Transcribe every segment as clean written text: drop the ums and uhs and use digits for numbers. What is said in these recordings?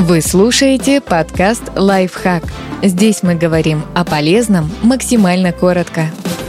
Вы слушаете подкаст «Лайфхак». Здесь мы говорим о полезном максимально коротко.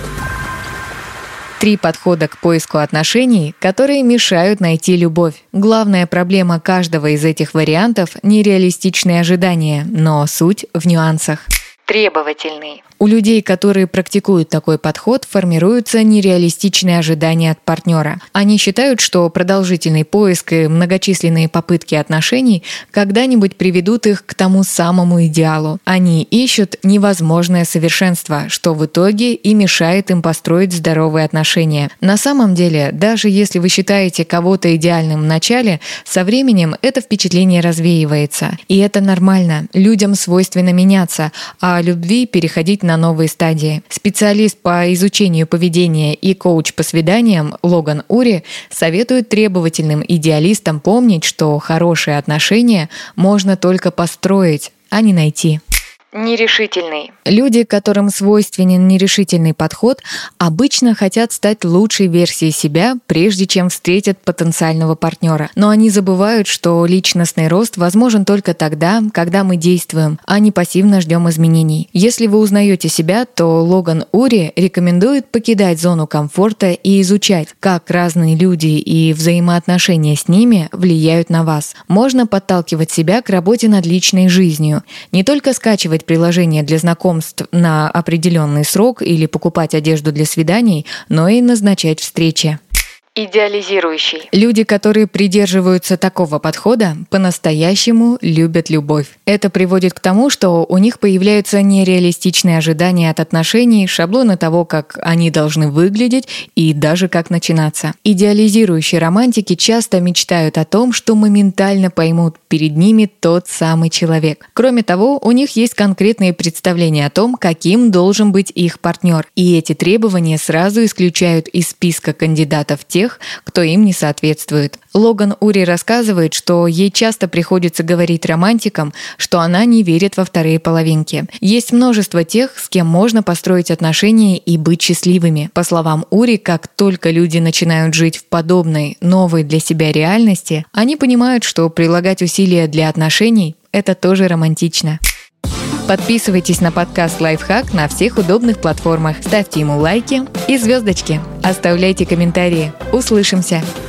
3 подхода к поиску отношений, которые мешают найти любовь. Главная проблема каждого из этих вариантов – нереалистичные ожидания, но суть в нюансах. Требовательный. У людей, которые практикуют такой подход, формируются нереалистичные ожидания от партнера. Они считают, что продолжительный поиск и многочисленные попытки отношений когда-нибудь приведут их к тому самому идеалу. Они ищут невозможное совершенство, что в итоге и мешает им построить здоровые отношения. На самом деле, даже если вы считаете кого-то идеальным в начале, со временем это впечатление развеивается. И это нормально. Людям свойственно меняться, а любви переходить на новые стадии. Специалист по изучению поведения и коуч по свиданиям Логан Ури советует требовательным идеалистам помнить, что хорошие отношения можно только построить, а не найти. Нерешительный. Люди, которым свойственен нерешительный подход, обычно хотят стать лучшей версией себя, прежде чем встретят потенциального партнера. Но они забывают, что личностный рост возможен только тогда, когда мы действуем, а не пассивно ждем изменений. Если вы узнаете себя, то Логан Ури рекомендует покидать зону комфорта и изучать, как разные люди и взаимоотношения с ними влияют на вас. Можно подталкивать себя к работе над личной жизнью, не только скачивать приложения для знакомств на определенный срок или покупать одежду для свиданий, но и назначать встречи. Идеализирующий. Люди, которые придерживаются такого подхода, по-настоящему любят любовь. Это приводит к тому, что у них появляются нереалистичные ожидания от отношений, шаблоны того, как они должны выглядеть и даже как начинаться. Идеализирующие романтики часто мечтают о том, что моментально поймут перед ними тот самый человек. Кроме того, у них есть конкретные представления о том, каким должен быть их партнер. И эти требования сразу исключают из списка кандидатов тех, кто им не соответствует. Логан Ури рассказывает, что ей часто приходится говорить романтикам, что она не верит во вторые половинки. Есть множество тех, с кем можно построить отношения и быть счастливыми. По словам Ури, как только люди начинают жить в подобной, новой для себя реальности, они понимают, что прилагать усилия для отношений – это тоже романтично. Подписывайтесь на подкаст «Лайфхак» на всех удобных платформах. Ставьте ему лайки и звездочки. Оставляйте комментарии. Услышимся!